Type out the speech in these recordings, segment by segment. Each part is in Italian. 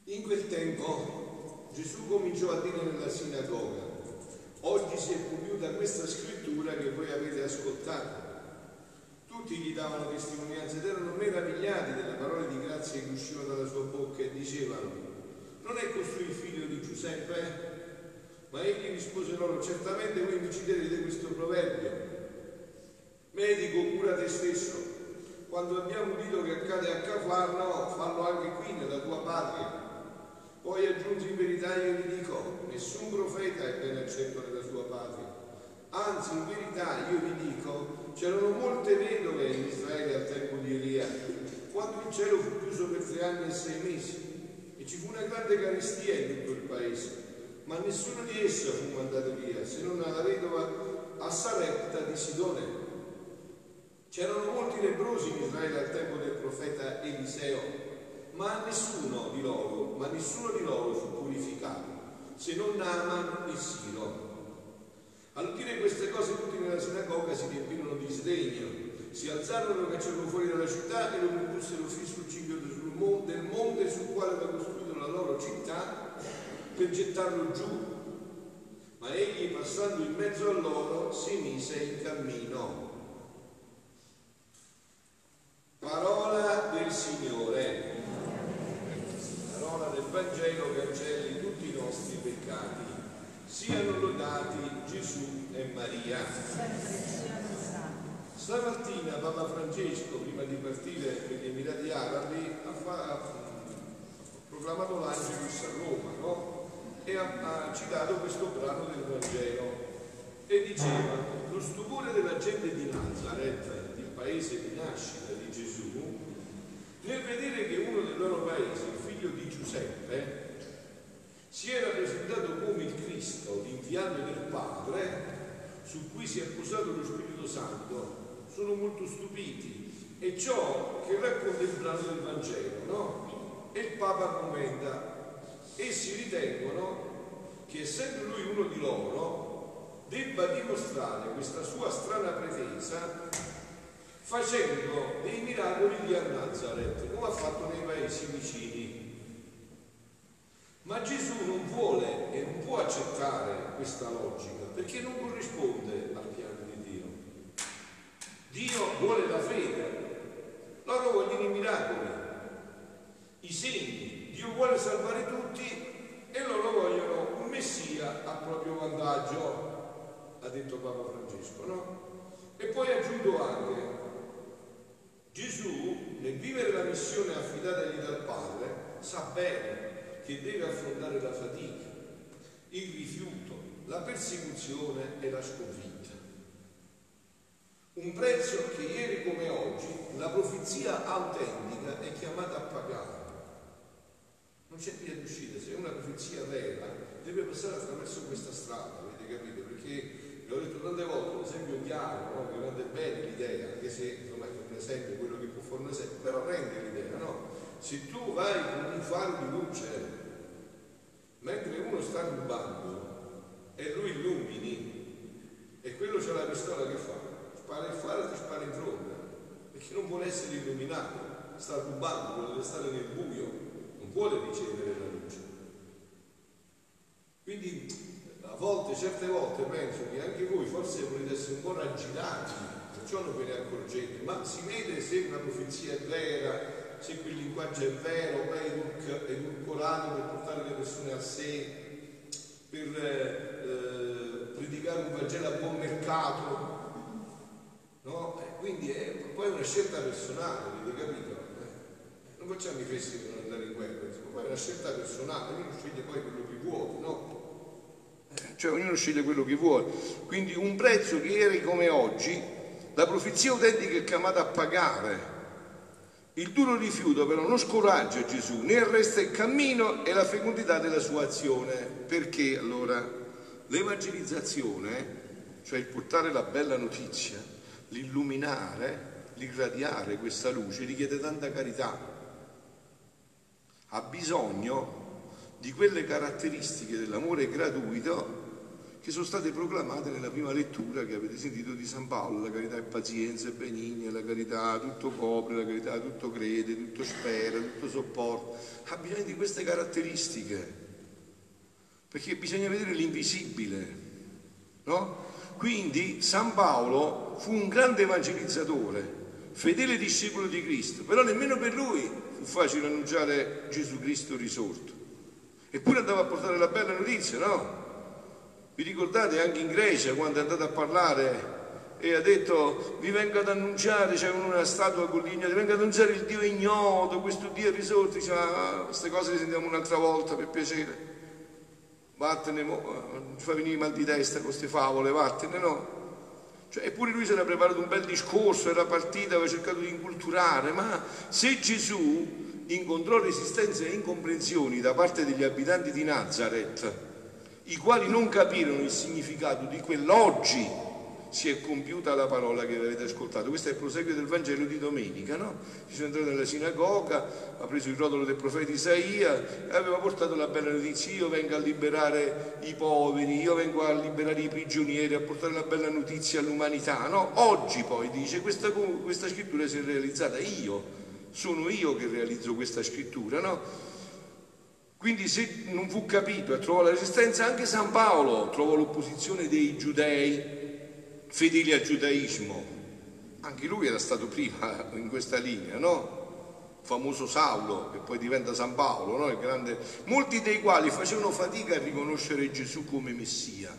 In quel tempo Gesù cominciò a dire nella sinagoga: oggi si è compiuta questa scrittura che voi avete ascoltato. Tutti gli davano testimonianza ed erano meravigliati delle parole di grazia che uscivano dalla sua bocca e dicevano: non è costui il figlio di Giuseppe? Ma egli rispose loro: certamente voi mi citerete questo proverbio: medico, cura te stesso. Quando abbiamo udito che accade a Cafarnao, fallo anche qui nella tua patria. Poi aggiunse: in verità io vi dico, nessun profeta è ben accetto nella sua patria. Anzi, in verità io vi dico, c'erano molte vedove in Israele al tempo di Elia, quando il cielo fu chiuso per 3 anni e 6 mesi, e ci fu una grande carestia in tutto il paese, ma nessuno di esse fu mandato via, se non alla vedova a Sarepta di Sidone. C'erano molti lebbrosi in Israele al tempo del profeta Eliseo, ma nessuno di loro fu purificato, se non Naaman il Siro. All'udire queste cose tutti nella sinagoga si riempirono di sdegno, si alzarono, lo cacciarono fuori dalla città e lo condussero fin sul ciglio del monte sul quale aveva costruito la loro città, per gettarlo giù. Ma egli, passando in mezzo a loro, si mise in cammino. Parola del Signore. Parola del Vangelo cancelli tutti i nostri peccati. Siano lodati Gesù e Maria. Stamattina Papa Francesco, prima di partire per gli Emirati Arabi, ha proclamato l'Angelus a Roma, no? E ha citato questo brano del Vangelo e diceva: lo stupore della gente di Nazareth, il paese di nascita di Gesù, nel vedere che uno del loro paese, il figlio di Giuseppe, si era presentato come il Cristo, l'inviato del Padre, su cui si è posato lo Spirito Santo, sono molto stupiti. E ciò che racconta il brano del Vangelo, no? E il Papa commenta: essi ritengono che, essendo lui uno di loro, debba dimostrare questa sua strana pretesa facendo dei miracoli lì a Nazareth, come ha fatto nei paesi vicini. Ma Gesù non vuole e non può accettare questa logica, perché non corrisponde al piano di Dio. Dio vuole la fede, loro vogliono i miracoli, i segni. Dio vuole salvare tutti e loro vogliono un Messia a proprio vantaggio, ha detto Papa Francesco, no? E poi ha aggiunto anche: Gesù, nel vivere la missione affidatagli dal Padre, sa bene che deve affrontare la fatica, il rifiuto, la persecuzione e la sconfitta. Un prezzo che ieri come oggi la profezia autentica è chiamata a pagare. Non c'è via d'uscita. Se è una profezia vera, deve passare attraverso questa strada, avete capito? Perché l'ho detto tante volte, un esempio chiaro, no? Che rende bene l'idea, anche se insomma è un esempio quello che può fare un esempio, però rende l'idea, no? Se tu vai con un faro di luce mentre uno sta rubando e lui illumini, e quello c'ha la pistola, che fa? Spara il faro e ti spara in fronte, perché non vuole essere illuminato, sta rubando, vuole stare nel buio, non vuole ricevere la luce. Quindi a volte, certe volte penso che anche voi forse volete essere un po' raggirati, perciò non ve ne accorgete, ma si vede se una profezia è vera, se quel linguaggio è vero o è edulcorato per portare le persone a sé, per predicare un Vangelo a buon mercato, no? Quindi poi è una scelta personale, avete capito? Non facciamo i festi per non andare in guerra, insomma, poi è una scelta personale, ognuno sceglie poi quello che vuole, no? Cioè ognuno sceglie quello che vuole. Quindi un prezzo che ieri come oggi la profezia autentica è chiamata a pagare. Il duro rifiuto però non scoraggia Gesù, né arresta il cammino e la fecondità della sua azione. Perché allora l'evangelizzazione, cioè il portare la bella notizia, l'illuminare, l'irradiare questa luce, richiede tanta carità. Ha bisogno di quelle caratteristiche dell'amore gratuito che sono state proclamate nella prima lettura che avete sentito di San Paolo. La carità è pazienza e benigna, la carità tutto copre, la carità tutto crede, tutto spera, tutto sopporta. Ha bisogno di queste caratteristiche, perché bisogna vedere l'invisibile, no? Quindi San Paolo fu un grande evangelizzatore, fedele discepolo di Cristo, però nemmeno per lui fu facile annunciare Gesù Cristo risorto. Eppure andava a portare la bella notizia, no? Vi ricordate anche in Grecia quando è andato a parlare e ha detto: vi vengo ad annunciare, c'è una statua con legno, vi vengo ad annunciare il Dio ignoto, questo Dio è risorto. Dice: queste cose le sentiamo un'altra volta, per piacere, vattene, fa venire mal di testa con queste favole, vattene, no? Cioè, eppure lui si era preparato un bel discorso, era partito, aveva cercato di inculturare, ma se Gesù incontrò resistenze e incomprensioni da parte degli abitanti di Nazareth, i quali non capirono il significato di quell'oggi si è compiuta la parola che avete ascoltato. Questo è il proseguio del Vangelo di domenica, no? Si sono entrati nella sinagoga, ha preso il rotolo del profeta Isaia e aveva portato la bella notizia: io vengo a liberare i poveri, io vengo a liberare i prigionieri, a portare la bella notizia all'umanità, no? Oggi poi dice questa scrittura si è realizzata, sono io che realizzo questa scrittura, no? Quindi se non fu capito e trovò la resistenza, anche San Paolo trovò l'opposizione dei giudei fedeli al giudaismo. Anche lui era stato prima in questa linea, no? Il famoso Saulo, che poi diventa San Paolo, no? Il grande... Molti dei quali facevano fatica a riconoscere Gesù come Messia.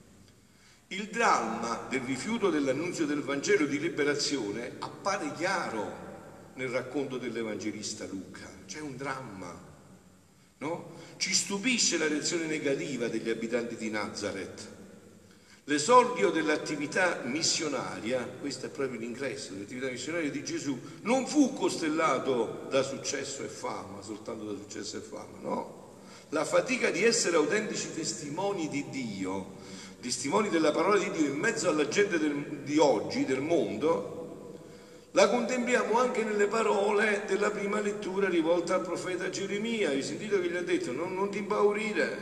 Il dramma del rifiuto dell'annunzio del Vangelo di liberazione appare chiaro nel racconto dell'Evangelista Luca. C'è un dramma, no? Ci stupisce la reazione negativa degli abitanti di Nazareth. L'esordio dell'attività missionaria, questo è proprio l'ingresso dell'attività missionaria di Gesù, non fu costellato da successo e fama, soltanto da successo e fama, no? La fatica di essere autentici testimoni di Dio, testimoni della parola di Dio in mezzo alla gente di oggi, del mondo, la contempliamo anche nelle parole della prima lettura rivolta al profeta Geremia. Hai sentito che gli ha detto: non ti impaurire,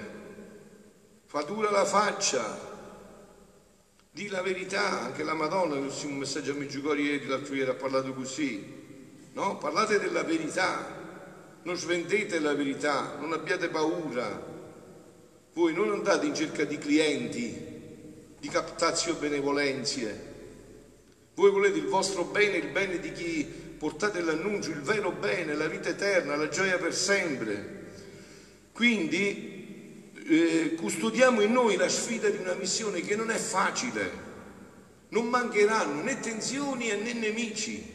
fa dura la faccia, di la verità. Anche la Madonna, un messaggio a Meggiugorie ieri, l'altro ieri ha parlato così, no? Parlate della verità, non svendete la verità, non abbiate paura. Voi non andate in cerca di clienti, di captazio benevolenzie. Voi volete il vostro bene, il bene di chi portate l'annuncio, il vero bene, la vita eterna, la gioia per sempre. Quindi custodiamo in noi la sfida di una missione che non è facile. Non mancheranno né tensioni né nemici.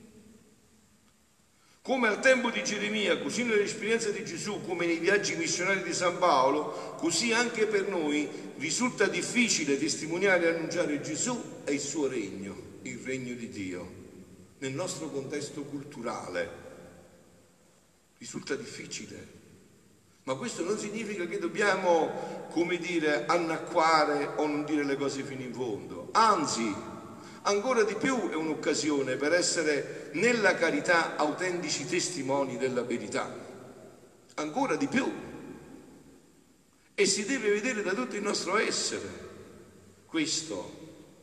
Come al tempo di Geremia, così nell'esperienza di Gesù, come nei viaggi missionari di San Paolo, così anche per noi risulta difficile testimoniare e annunciare Gesù e il suo regno, il regno di Dio, nel nostro contesto culturale. Risulta difficile. Ma questo non significa che dobbiamo, come dire, annacquare o non dire le cose fino in fondo. Anzi, ancora di più è un'occasione per essere nella carità autentici testimoni della verità. Ancora di più. E si deve vedere da tutto il nostro essere questo.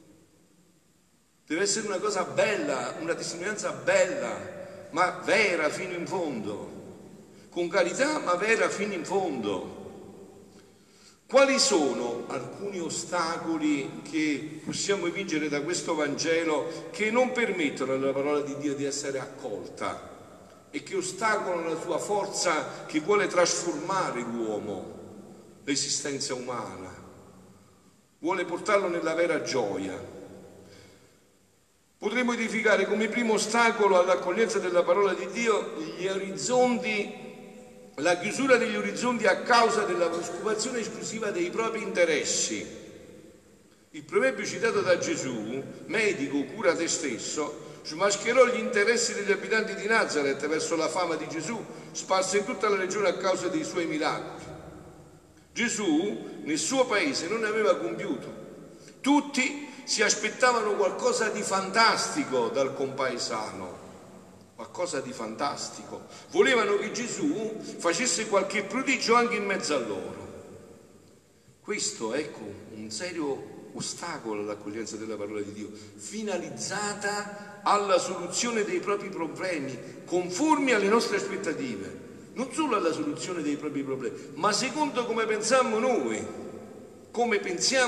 Deve essere una cosa bella, una testimonianza bella, ma vera fino in fondo. Con carità ma vera fino in fondo. Quali sono alcuni ostacoli che possiamo vincere da questo Vangelo che non permettono alla parola di Dio di essere accolta e che ostacolano la sua forza che vuole trasformare l'uomo, l'esistenza umana, vuole portarlo nella vera gioia? Potremmo edificare come primo ostacolo all'accoglienza della parola di Dio gli orizzonti, la chiusura degli orizzonti a causa della preoccupazione esclusiva dei propri interessi. Il proverbio citato da Gesù, medico, cura te stesso, smascherò gli interessi degli abitanti di Nazareth verso la fama di Gesù sparsa in tutta la regione a causa dei suoi miracoli. Gesù nel suo paese non ne aveva compiuto. Tutti si aspettavano qualcosa di fantastico dal compaesano. Qualcosa di fantastico. Volevano che Gesù facesse qualche prodigio anche in mezzo a loro. Questo, ecco, un un serio ostacolo all'accoglienza della parola di Dio, finalizzata alla soluzione dei propri problemi, conformi alle nostre aspettative, non solo alla soluzione dei propri problemi, ma secondo come pensiamo noi, come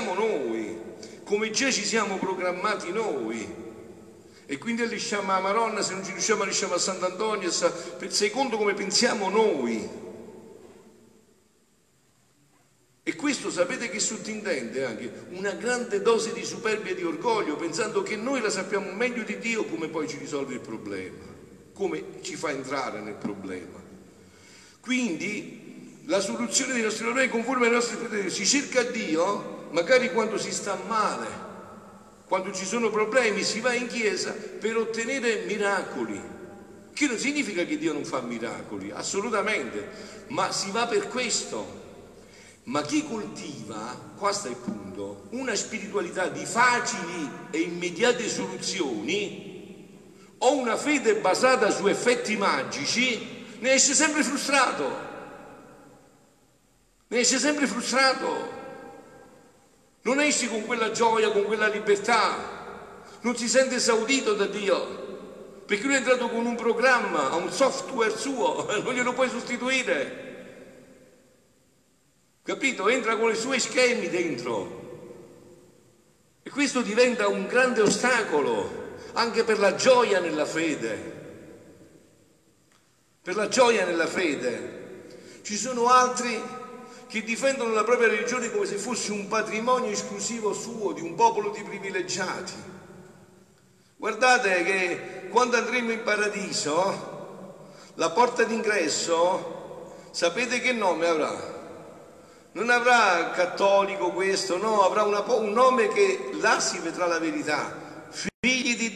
già ci siamo programmati noi. E quindi riusciamo a Maronna, se non ci riusciamo a Sant'Antonio, secondo come pensiamo noi. E questo sapete che sottintende anche una grande dose di superbia e di orgoglio, pensando che noi la sappiamo meglio di Dio come poi ci risolve il problema, come ci fa entrare nel problema. Quindi la soluzione dei nostri problemi conforme alle nostre aspettative si cerca Dio, magari quando si sta male, quando ci sono problemi, si va in chiesa per ottenere miracoli, che non significa che Dio non fa miracoli, assolutamente, ma si va per questo. Ma chi coltiva, qua sta il punto, una spiritualità di facili e immediate soluzioni o una fede basata su effetti magici, ne esce sempre frustrato. Non esci con quella gioia, con quella libertà, non si sente esaudito da Dio, perché lui è entrato con un programma, ha un software suo, non glielo puoi sostituire, capito? Entra con i suoi schemi dentro e questo diventa un grande ostacolo anche per la gioia nella fede. Ci sono altri che difendono la propria religione come se fosse un patrimonio esclusivo suo, di un popolo di privilegiati. Guardate che quando andremo in paradiso, la porta d'ingresso, sapete che nome avrà? Non avrà cattolico questo, no, avrà un nome che là si vedrà la verità. Figli di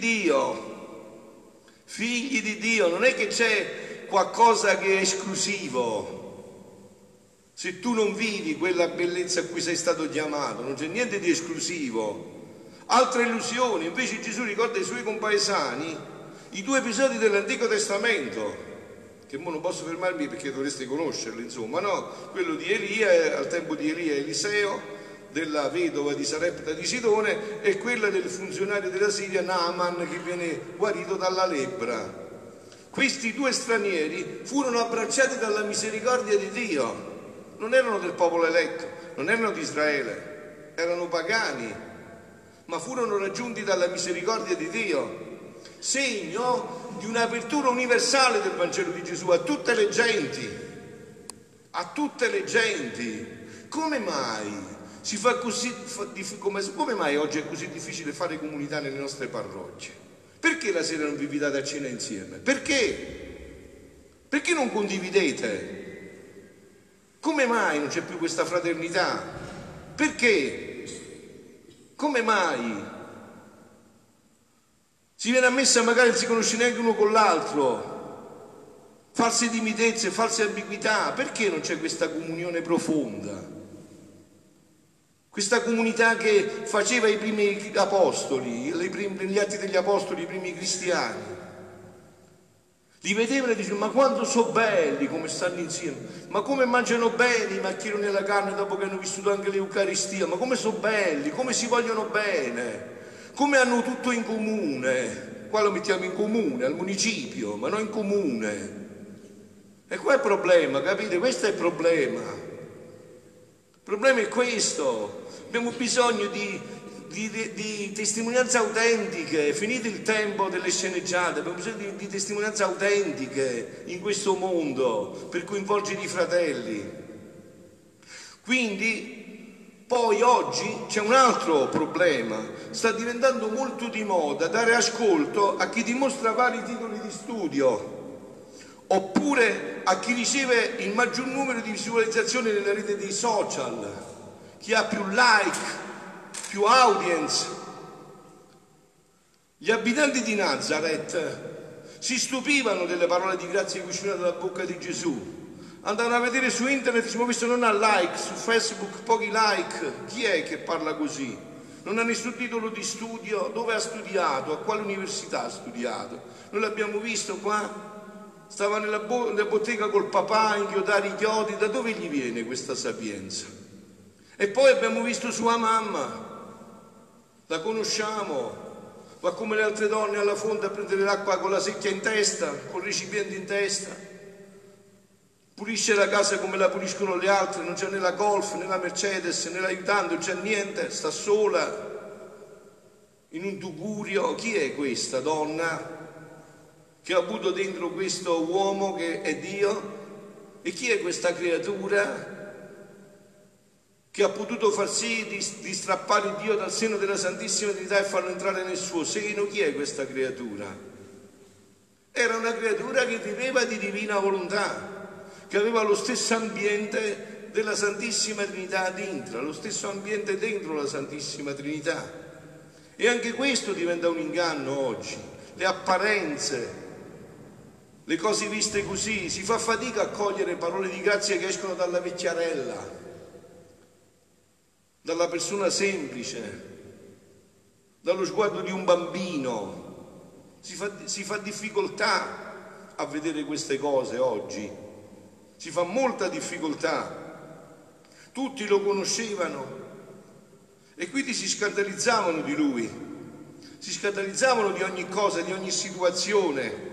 Dio, non è che c'è qualcosa che è esclusivo. Se tu non vivi quella bellezza a cui sei stato chiamato, non c'è niente di esclusivo. Altre illusioni, invece Gesù ricorda ai suoi compaesani i 2 episodi dell'Antico Testamento, che mo non posso fermarmi perché dovreste conoscerli, insomma, no? Quello di Elia, al tempo di Elia, Eliseo, della vedova di Sarepta di Sidone, e quella del funzionario della Siria, Naaman, che viene guarito dalla lebbra. Questi 2 stranieri furono abbracciati dalla misericordia di Dio. Non erano del popolo eletto, non erano di Israele, erano pagani, ma furono raggiunti dalla misericordia di Dio, segno di un'apertura universale del Vangelo di Gesù a tutte le genti, Come mai si fa così, come mai oggi è così difficile fare comunità nelle nostre parrocchie? Perché la sera non vi invitate a cena insieme? Perché non condividete? Come mai non c'è più questa fraternità? Perché? Come mai? Si viene a messa, magari non si conosce neanche uno con l'altro, false timidezze, false ambiguità. Perché non c'è questa comunione profonda? Questa comunità che faceva i primi apostoli, gli atti degli apostoli, i primi cristiani. Li vedevano e dicevano: ma quanto sono belli come stanno insieme, ma come mangiano bene i maccheroni alla carne dopo che hanno vissuto anche l'Eucaristia, ma come sono belli, come si vogliono bene, come hanno tutto in comune. Qua lo mettiamo in comune, al municipio, ma non in comune. E qua è il problema, capite? Questo è il problema. Il problema è questo. Abbiamo bisogno di testimonianze autentiche. Finito il tempo delle sceneggiate, abbiamo bisogno di testimonianze autentiche in questo mondo per coinvolgere i fratelli. Quindi poi oggi c'è un altro problema: sta diventando molto di moda dare ascolto a chi dimostra vari titoli di studio, oppure a chi riceve il maggior numero di visualizzazioni nella rete dei social, chi ha più like, più audience. Gli abitanti di Nazareth si stupivano delle parole di grazia che uscivano dalla bocca di Gesù. Andavano a vedere su internet e dicevano: questo non ha like, su Facebook pochi like, chi è che parla così? Non ha nessun titolo di studio, dove ha studiato, a quale università ha studiato? Noi l'abbiamo visto qua, stava nella bottega col papà a inchiodare i chiodi. Da dove gli viene questa sapienza? E poi abbiamo visto sua mamma, la conosciamo, va come le altre donne alla fonte a prendere l'acqua con la secchia in testa, con il recipiente in testa, pulisce la casa come la puliscono le altre, non c'è né la Golf, né la Mercedes, né l'aiutante, non c'è niente, sta sola in un tugurio. Chi è questa donna che ha avuto dentro questo uomo che è Dio? E chi è questa creatura che ha potuto far sì di strappare Dio dal seno della Santissima Trinità e farlo entrare nel suo seno? Chi è questa creatura? Era una creatura che viveva di divina volontà, che aveva lo stesso ambiente della Santissima Trinità dentro, lo stesso ambiente dentro la Santissima Trinità. E anche questo diventa un inganno oggi, le apparenze, le cose viste così. Si fa fatica a cogliere parole di grazia che escono dalla vecchiarella, dalla persona semplice, dallo sguardo di un bambino. Si fa difficoltà a vedere queste cose oggi, si fa molta difficoltà. Tutti lo conoscevano e quindi si scandalizzavano di lui, si scandalizzavano di ogni cosa, di ogni situazione.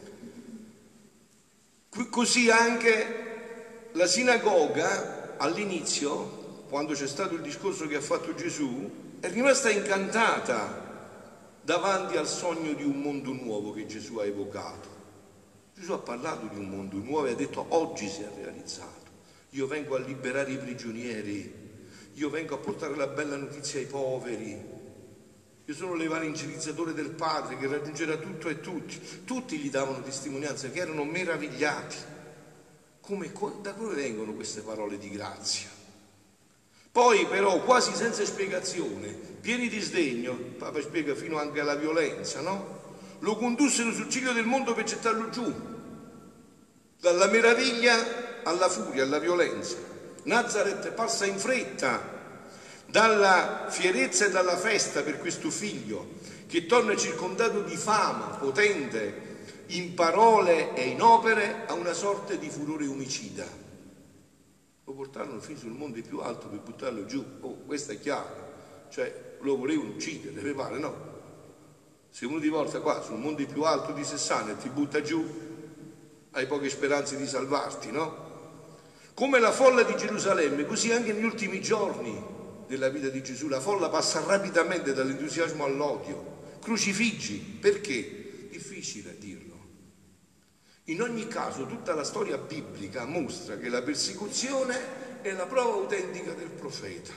Così anche la sinagoga all'inizio, quando c'è stato il discorso che ha fatto Gesù, è rimasta incantata davanti al sogno di un mondo nuovo che Gesù ha evocato. Gesù ha parlato di un mondo nuovo e ha detto: oggi si è realizzato. Io vengo a liberare i prigionieri, io vengo a portare la bella notizia ai poveri. Io sono l'evangelizzatore del Padre che raggiungerà tutto e tutti. Tutti gli davano testimonianza che erano meravigliati. Da dove vengono queste parole di grazia? Poi però, quasi senza spiegazione, pieni di sdegno, il Papa spiega fino anche alla violenza, no? Lo condussero sul ciglio del mondo per gettarlo giù, dalla meraviglia alla furia, alla violenza. Nazareth passa in fretta dalla fierezza e dalla festa per questo figlio che torna circondato di fama potente in parole e in opere a una sorte di furore omicida. Lo portarono fino sul monte più alto per buttarlo giù. Oh, questo è chiaro, cioè lo volevano uccidere, mi pare, no? Se uno ti porta qua sul monte più alto di Sessana e ti butta giù, hai poche speranze di salvarti, no? Come la folla di Gerusalemme, così anche negli ultimi giorni della vita di Gesù la folla passa rapidamente dall'entusiasmo all'odio. Crocifiggi, perché? Difficile dirlo. In ogni caso tutta la storia biblica mostra che la persecuzione è la prova autentica del profeta.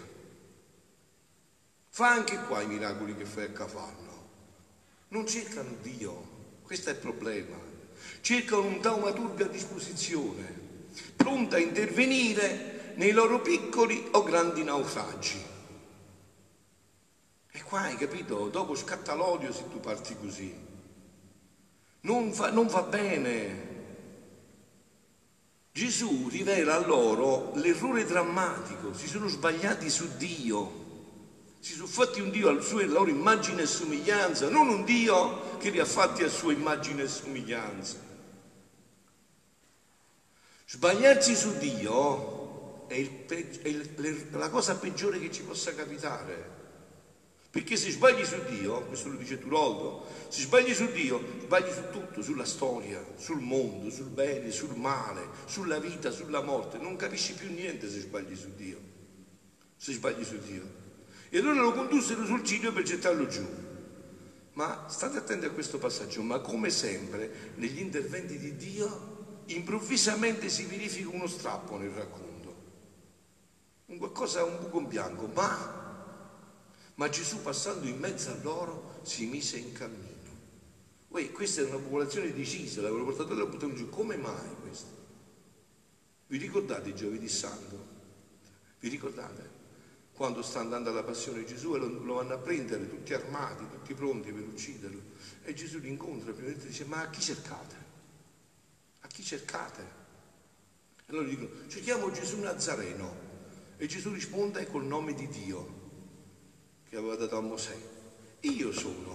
Fa anche qua i miracoli che fa a Cafarno. Non cercano Dio, questo è il problema. Cercano un taumaturgo a disposizione, pronto a intervenire nei loro piccoli o grandi naufragi. E qua hai capito? Dopo scatta l'odio se tu parti così. Non va bene. Gesù rivela a loro l'errore drammatico, si sono sbagliati su Dio, si sono fatti un Dio alla loro immagine e somiglianza, non un Dio che li ha fatti a sua immagine e somiglianza. Sbagliarsi su Dio è la cosa peggiore che ci possa capitare. Perché se sbagli su Dio, questo lo dice Turoldo, se sbagli su Dio, sbagli su tutto, sulla storia, sul mondo, sul bene, sul male, sulla vita, sulla morte. Non capisci più niente se sbagli su Dio. Se sbagli su Dio. E allora lo condussero sul ciglio per gettarlo giù. Ma state attenti a questo passaggio, ma come sempre negli interventi di Dio improvvisamente si verifica uno strappo nel racconto. Un buco in bianco, ma Gesù passando in mezzo a loro si mise in cammino. Questa è una popolazione decisa, l'avevano portato e la buttano giù. Come mai questo? Vi ricordate giovedì santo? Vi ricordate? Quando sta andando alla passione Gesù e lo vanno a prendere tutti armati, tutti pronti per ucciderlo. E Gesù li incontra prima e dice: ma a chi cercate? A chi cercate? E allora dicono: cerchiamo Gesù Nazareno. E Gesù risponde col nome di Dio che aveva dato a Mosè. Io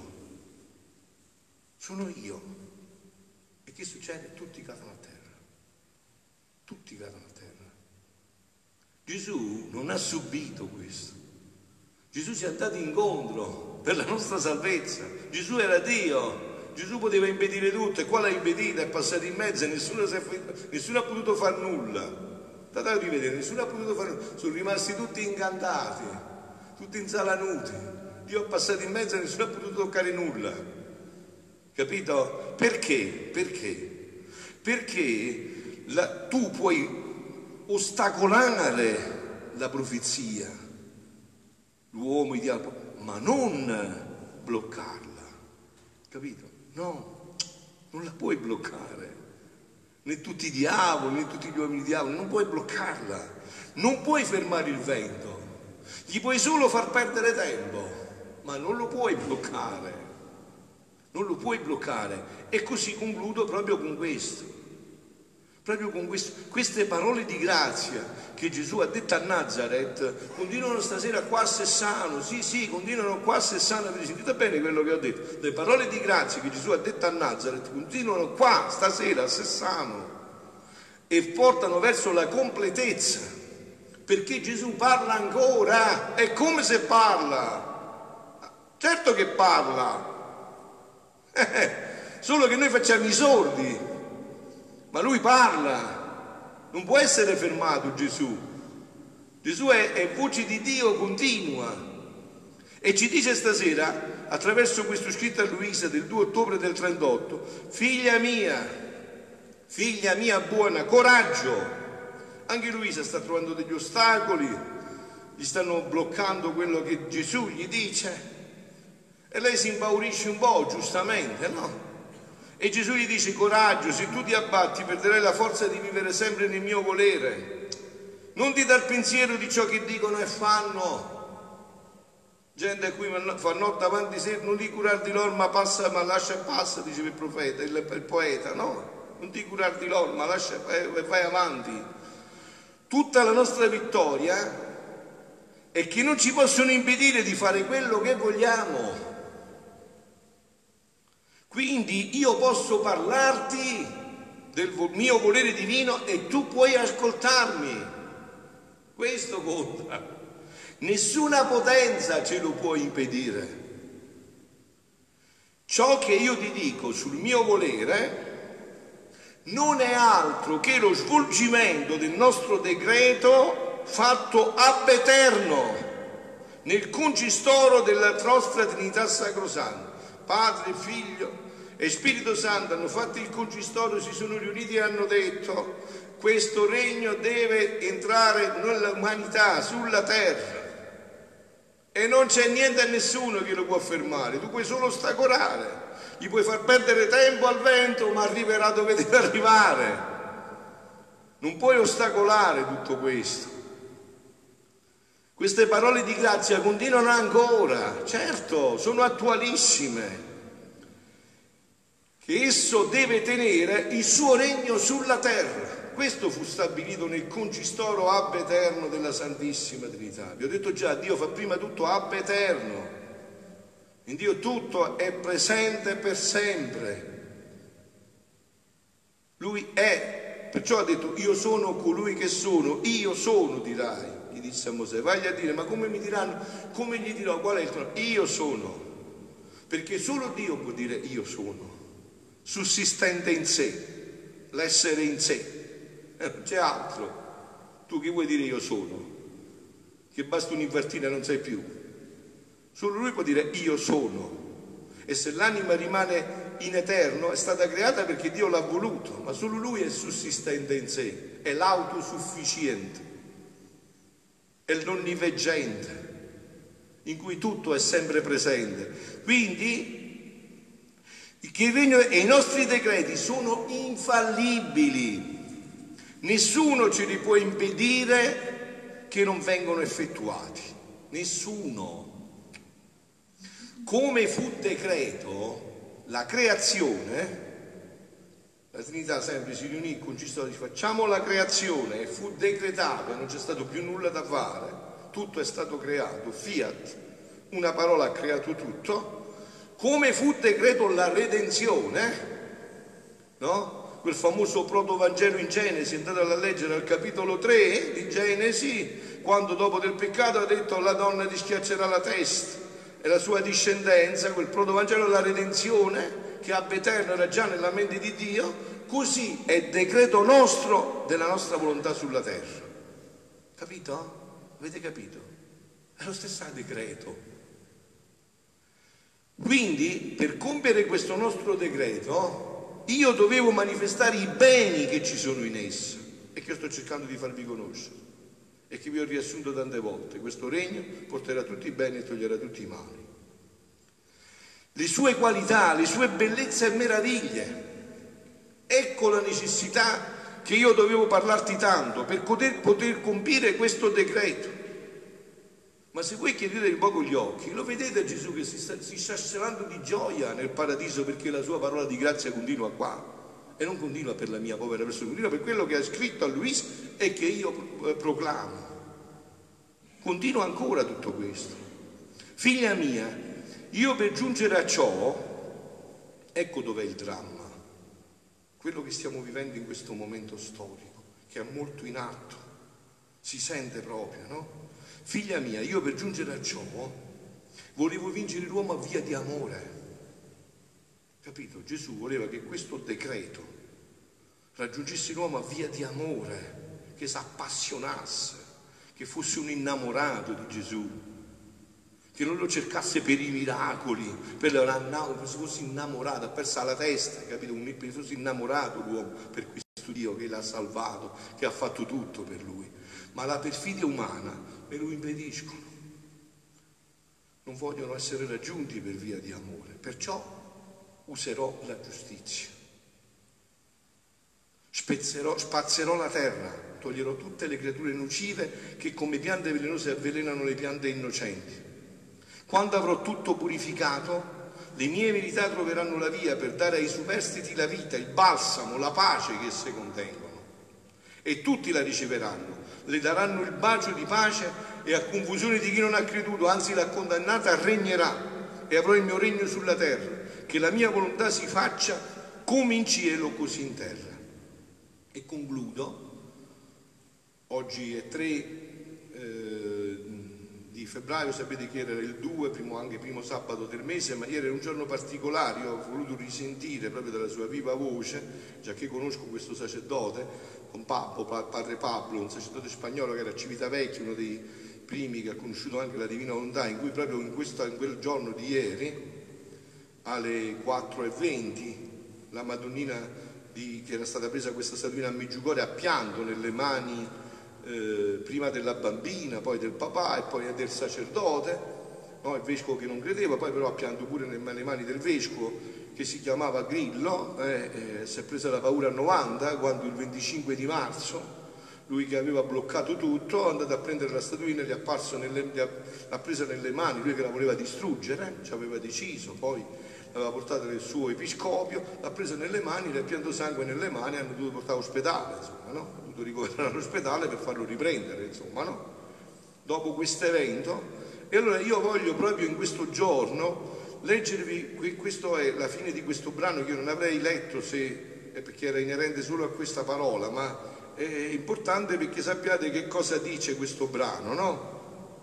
sono io. E che succede? Tutti cadono a terra. Tutti cadono a terra. Gesù non ha subito questo. Gesù ci è andato incontro per la nostra salvezza. Gesù era Dio. Gesù poteva impedire tutto, e qua l'ha impedito, è passato in mezzo e nessuno ha potuto far nulla. Andate a rivedere, nessuno ha potuto far nulla. Sono rimasti tutti incantati, tutti insalanuti. Dio è passato in mezzo e nessuno ha potuto toccare nulla. Capito? Perché? Perché tu puoi ostacolare la profezia, l'uomo, il diavolo, ma non bloccarla. Capito? No, non la puoi bloccare. Né tutti i diavoli, né tutti gli uomini diavoli, non puoi bloccarla. Non puoi fermare il vento. Gli puoi solo far perdere tempo, ma non lo puoi bloccare. Non lo puoi bloccare. E così concludo proprio con questo. Proprio con queste parole di grazia che Gesù ha detto a Nazareth continuano stasera qua a Sessano. Sì, continuano qua a Sessano. Avete sentito bene quello che ho detto? Le parole di grazia che Gesù ha detto a Nazareth continuano qua stasera a Sessano e portano verso la completezza, perché Gesù parla ancora. È come se parla. Certo che parla, solo che noi facciamo i sordi. Ma lui parla, non può essere fermato Gesù. Gesù è voce di Dio continua. E ci dice stasera, attraverso questo scritto a Luisa del 2 ottobre del 38, figlia mia buona, coraggio. Anche Luisa sta trovando degli ostacoli, gli stanno bloccando quello che Gesù gli dice. E lei si impaurisce un po', giustamente, no? E Gesù gli dice: coraggio, se tu ti abbatti perderai la forza di vivere sempre nel mio volere. Non ti dar pensiero di ciò che dicono e fanno. Gente a cui fa notte avanti sera, non ti curar di loro, ma lascia e passa, diceva il profeta, il poeta, no? Non ti curar di loro, ma lascia e vai avanti. Tutta la nostra vittoria è che non ci possono impedire di fare quello che vogliamo. Quindi io posso parlarti del mio volere divino e tu puoi ascoltarmi. Questo conta. Nessuna potenza ce lo può impedire. Ciò che io ti dico sul mio volere non è altro che lo svolgimento del nostro decreto fatto ab eterno nel concistoro della nostra Trinità Sacrosanta. Padre, Figlio e Spirito Santo hanno fatto il concistoro, si sono riuniti e hanno detto: questo regno deve entrare nell'umanità, sulla terra, e non c'è niente e nessuno che lo può fermare. Tu puoi solo ostacolare, gli puoi far perdere tempo al vento, ma arriverà dove deve arrivare. Non puoi ostacolare tutto questo. Queste parole di grazia continuano ancora, certo, sono attualissime, che esso deve tenere il suo regno sulla terra. Questo fu stabilito nel concistoro ab eterno della Santissima Trinità. Vi ho detto già, Dio fa prima tutto ab eterno. In Dio tutto è presente per sempre. Lui è, perciò ha detto: io sono colui che sono, io sono, dirai. Gli disse a Mosè: vai a dire, ma come mi diranno? Come gli dirò? Qual è il tuo? Io sono. Perché solo Dio può dire io sono, sussistente in sé, l'essere in sé. Non c'è altro. Tu che vuoi dire io sono? Che basta un'invertina e non sei più. Solo lui può dire io sono. E se l'anima rimane in eterno, è stata creata perché Dio l'ha voluto, ma solo lui è sussistente in sé, è l'autosufficiente, è l'onniveggente, in cui tutto è sempre presente. Quindi che il regno e i nostri decreti sono infallibili. Nessuno ce li può impedire che non vengano effettuati. Nessuno. Come fu decreto la creazione, la Trinità sempre si riunì con concistoro, facciamo la creazione, e fu decretato, non c'è stato più nulla da fare, tutto è stato creato, fiat, una parola ha creato tutto. Come fu decreto la redenzione, no? quel famoso protovangelo in Genesi, andate a leggere al capitolo 3 di Genesi, quando dopo del peccato ha detto la donna ti schiaccerà la testa e la sua discendenza, quel protovangelo della redenzione che ab eterno era già nella mente di Dio, così è decreto nostro della nostra volontà sulla terra. Capito? Avete capito? È lo stesso decreto. Quindi per compiere questo nostro decreto io dovevo manifestare i beni che ci sono in essa e che io sto cercando di farvi conoscere e che vi ho riassunto tante volte. Questo regno porterà tutti i beni e toglierà tutti i mali. Le sue qualità, le sue bellezze e meraviglie. Ecco la necessità che io dovevo parlarti tanto per poter compiere questo decreto. Ma se voi chiudete un poco gli occhi, lo vedete Gesù che si sta scelando di gioia nel paradiso perché la sua parola di grazia continua qua e non continua per la mia povera persona, continua per quello che ha scritto a Luis e che io proclamo. Continua ancora tutto questo. Figlia mia, io per giungere a ciò, ecco dov'è il dramma, quello che stiamo vivendo in questo momento storico, che è molto in atto, si sente proprio, no? Figlia mia, io per giungere a ciò volevo vincere l'uomo a via di amore. Capito? Gesù voleva che questo decreto raggiungesse l'uomo a via di amore, che si appassionasse, che fosse un innamorato di Gesù, che non lo cercasse per i miracoli, per che si fosse innamorato, ha perso la testa, capito? Che fosse innamorato l'uomo per questo Dio che l'ha salvato, che ha fatto tutto per lui. Ma la perfidia umana me lo impediscono, non vogliono essere raggiunti per via di amore, perciò userò la giustizia, spazzerò la terra, toglierò tutte le creature nocive che come piante velenose avvelenano le piante innocenti. Quando avrò tutto purificato, le mie verità troveranno la via per dare ai superstiti la vita, il balsamo, la pace che esse contengono, e tutti la riceveranno. Le daranno il bacio di pace e a confusione di chi non ha creduto, anzi la condannata regnerà e avrò il mio regno sulla terra, che la mia volontà si faccia come in cielo così in terra. E concludo, oggi è 3 di febbraio, sapete che era il 2, primo sabato del mese, ma ieri era un giorno particolare, io ho voluto risentire proprio dalla sua viva voce, già che conosco questo sacerdote, con padre Pablo, un sacerdote spagnolo che era a Civitavecchia, uno dei primi che ha conosciuto anche la Divina Volontà, in cui proprio in quel giorno di ieri, alle 4:20, la Madonnina che era stata presa questa statuina a Meggiugorie ha pianto nelle mani prima della bambina, poi del papà e poi del sacerdote, no? Il vescovo che non credeva, poi però ha pianto pure nelle mani del vescovo che si chiamava Grillo, si è presa la paura a 90 quando il 25 di marzo lui che aveva bloccato tutto è andato a prendere la statuina, l'ha presa nelle mani, lui che la voleva distruggere, ci aveva deciso, poi l'aveva portata nel suo episcopio, l'ha presa nelle mani, le ha pianto sangue nelle mani, hanno dovuto portare all'ospedale, insomma, no? Ha dovuto ricoverare all'ospedale per farlo riprendere, insomma, no? Dopo questo evento. E allora io voglio proprio in questo giorno leggervi, questa è la fine di questo brano che io non avrei letto perché era inerente solo a questa parola, ma è importante perché sappiate che cosa dice questo brano, no?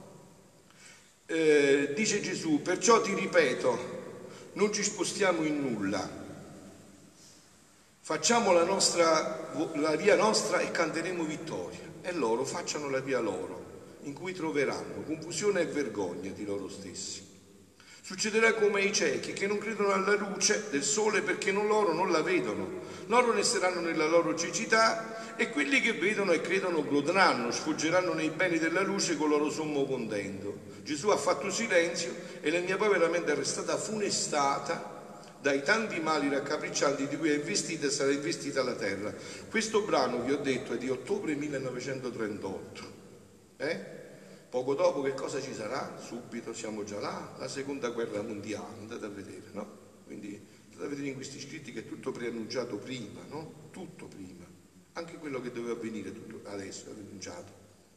Dice Gesù, perciò ti ripeto, non ci spostiamo in nulla, facciamo la via nostra e canteremo vittoria, e loro facciano la via loro, in cui troveranno confusione e vergogna di loro stessi. Succederà come ai ciechi che non credono alla luce del sole perché loro non la vedono. Loro resteranno nella loro cecità e quelli che vedono e credono godranno, sfoggeranno nei beni della luce con loro sommo contento. Gesù ha fatto silenzio e la mia povera mente è restata funestata dai tanti mali raccapriccianti di cui è investita e sarà investita la terra. Questo brano che ho detto è di ottobre 1938. Poco dopo che cosa ci sarà? Subito siamo già là, la seconda guerra mondiale, andate a vedere, no? Quindi andate a vedere in questi scritti che è tutto preannunciato prima, no? Tutto prima, anche quello che doveva avvenire tutto adesso è annunciato.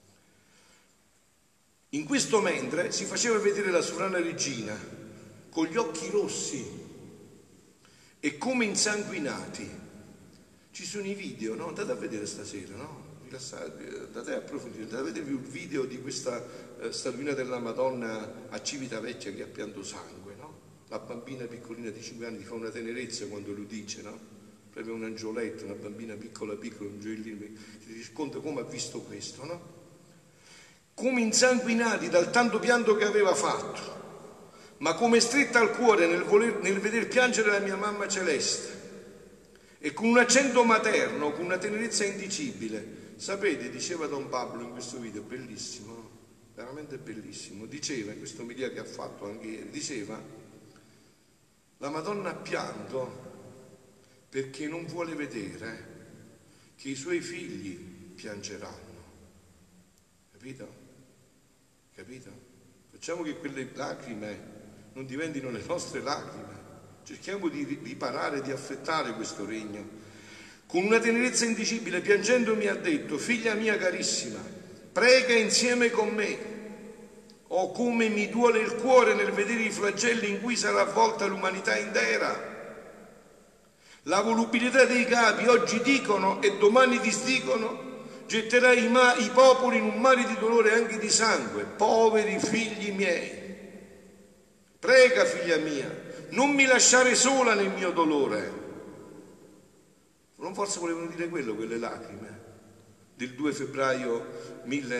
In questo mentre si faceva vedere la sovrana regina con gli occhi rossi e come insanguinati, Ci sono i video, no? Andate a vedere stasera, no? Andate a approfondire, andate a vedere il video di questa statuina della Madonna a Civitavecchia che ha pianto sangue, no? La bambina piccolina di 5 anni ti fa una tenerezza quando lo dice, no? Proprio un angioletto, una bambina piccola, un gioiellino, che ti racconta come ha visto questo, no? Come insanguinati dal tanto pianto che aveva fatto, ma come stretta al cuore nel veder piangere la mia mamma celeste, e con un accento materno, con una tenerezza indicibile. Sapete, diceva Don Pablo in questo video, bellissimo, no? Veramente bellissimo, diceva in questo omelia che ha fatto anche ieri, diceva: la Madonna ha pianto perché non vuole vedere che i suoi figli piangeranno. Capito? Capito? Facciamo che quelle lacrime non diventino le nostre lacrime. Cerchiamo di riparare, di affettare questo regno. Con una tenerezza indicibile, piangendo, mi ha detto: figlia mia carissima, prega insieme con me. Oh, come mi duole il cuore nel vedere i flagelli in cui sarà avvolta l'umanità intera. La volubilità dei capi oggi dicono e domani disdicono getterà i popoli in un mare di dolore e anche di sangue. Poveri figli miei, prega, figlia mia, non mi lasciare sola nel mio dolore. Non forse volevano dire quello, quelle lacrime del 2 febbraio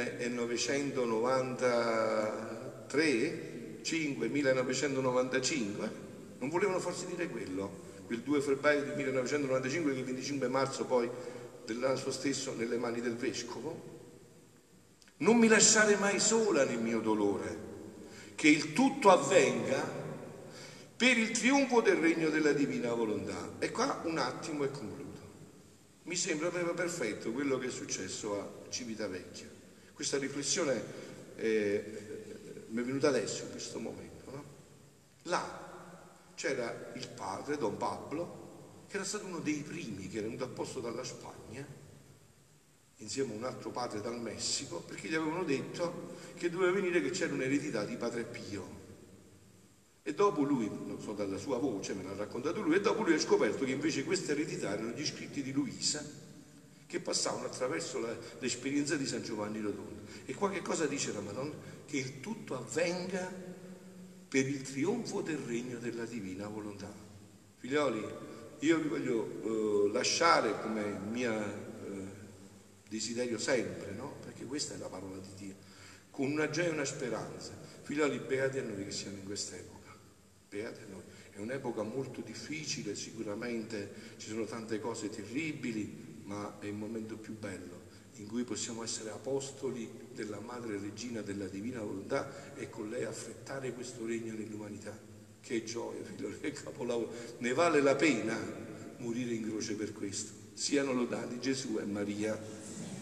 1995? Non volevano forse dire quello? Quel 2 febbraio del 1995 che il 25 marzo poi dell'anno stesso nelle mani del vescovo? Non mi lasciare mai sola nel mio dolore, che il tutto avvenga per il trionfo del regno della divina volontà. E qua un attimo e concludo. Mi sembra proprio perfetto quello che è successo a Civitavecchia. Questa riflessione mi è venuta adesso in questo momento, no? Là c'era il padre, Don Pablo, che era stato uno dei primi che era venuto apposto dalla Spagna, insieme a un altro padre dal Messico, perché gli avevano detto che doveva venire, che c'era un'eredità di Padre Pio. E dopo lui, non so dalla sua voce, me l'ha raccontato lui, e dopo lui ha scoperto che invece questa eredità erano gli scritti di Luisa, che passavano attraverso l'esperienza di San Giovanni Rotondo. E qua che cosa dice la Madonna? Che il tutto avvenga per il trionfo del regno della divina volontà. Figlioli, io vi voglio lasciare come mia desiderio sempre, no? Perché questa è la parola di Dio, con una gioia e una speranza. Figlioli, beati a noi che siamo in questa epoca. Beati a noi. È un'epoca molto difficile, sicuramente ci sono tante cose terribili, ma è il momento più bello in cui possiamo essere apostoli della Madre Regina della Divina Volontà e con lei affrettare questo regno nell'umanità. Che gioia, figlioli, che capolavoro. Ne vale la pena morire in croce per questo. Siano lodati Gesù e Maria.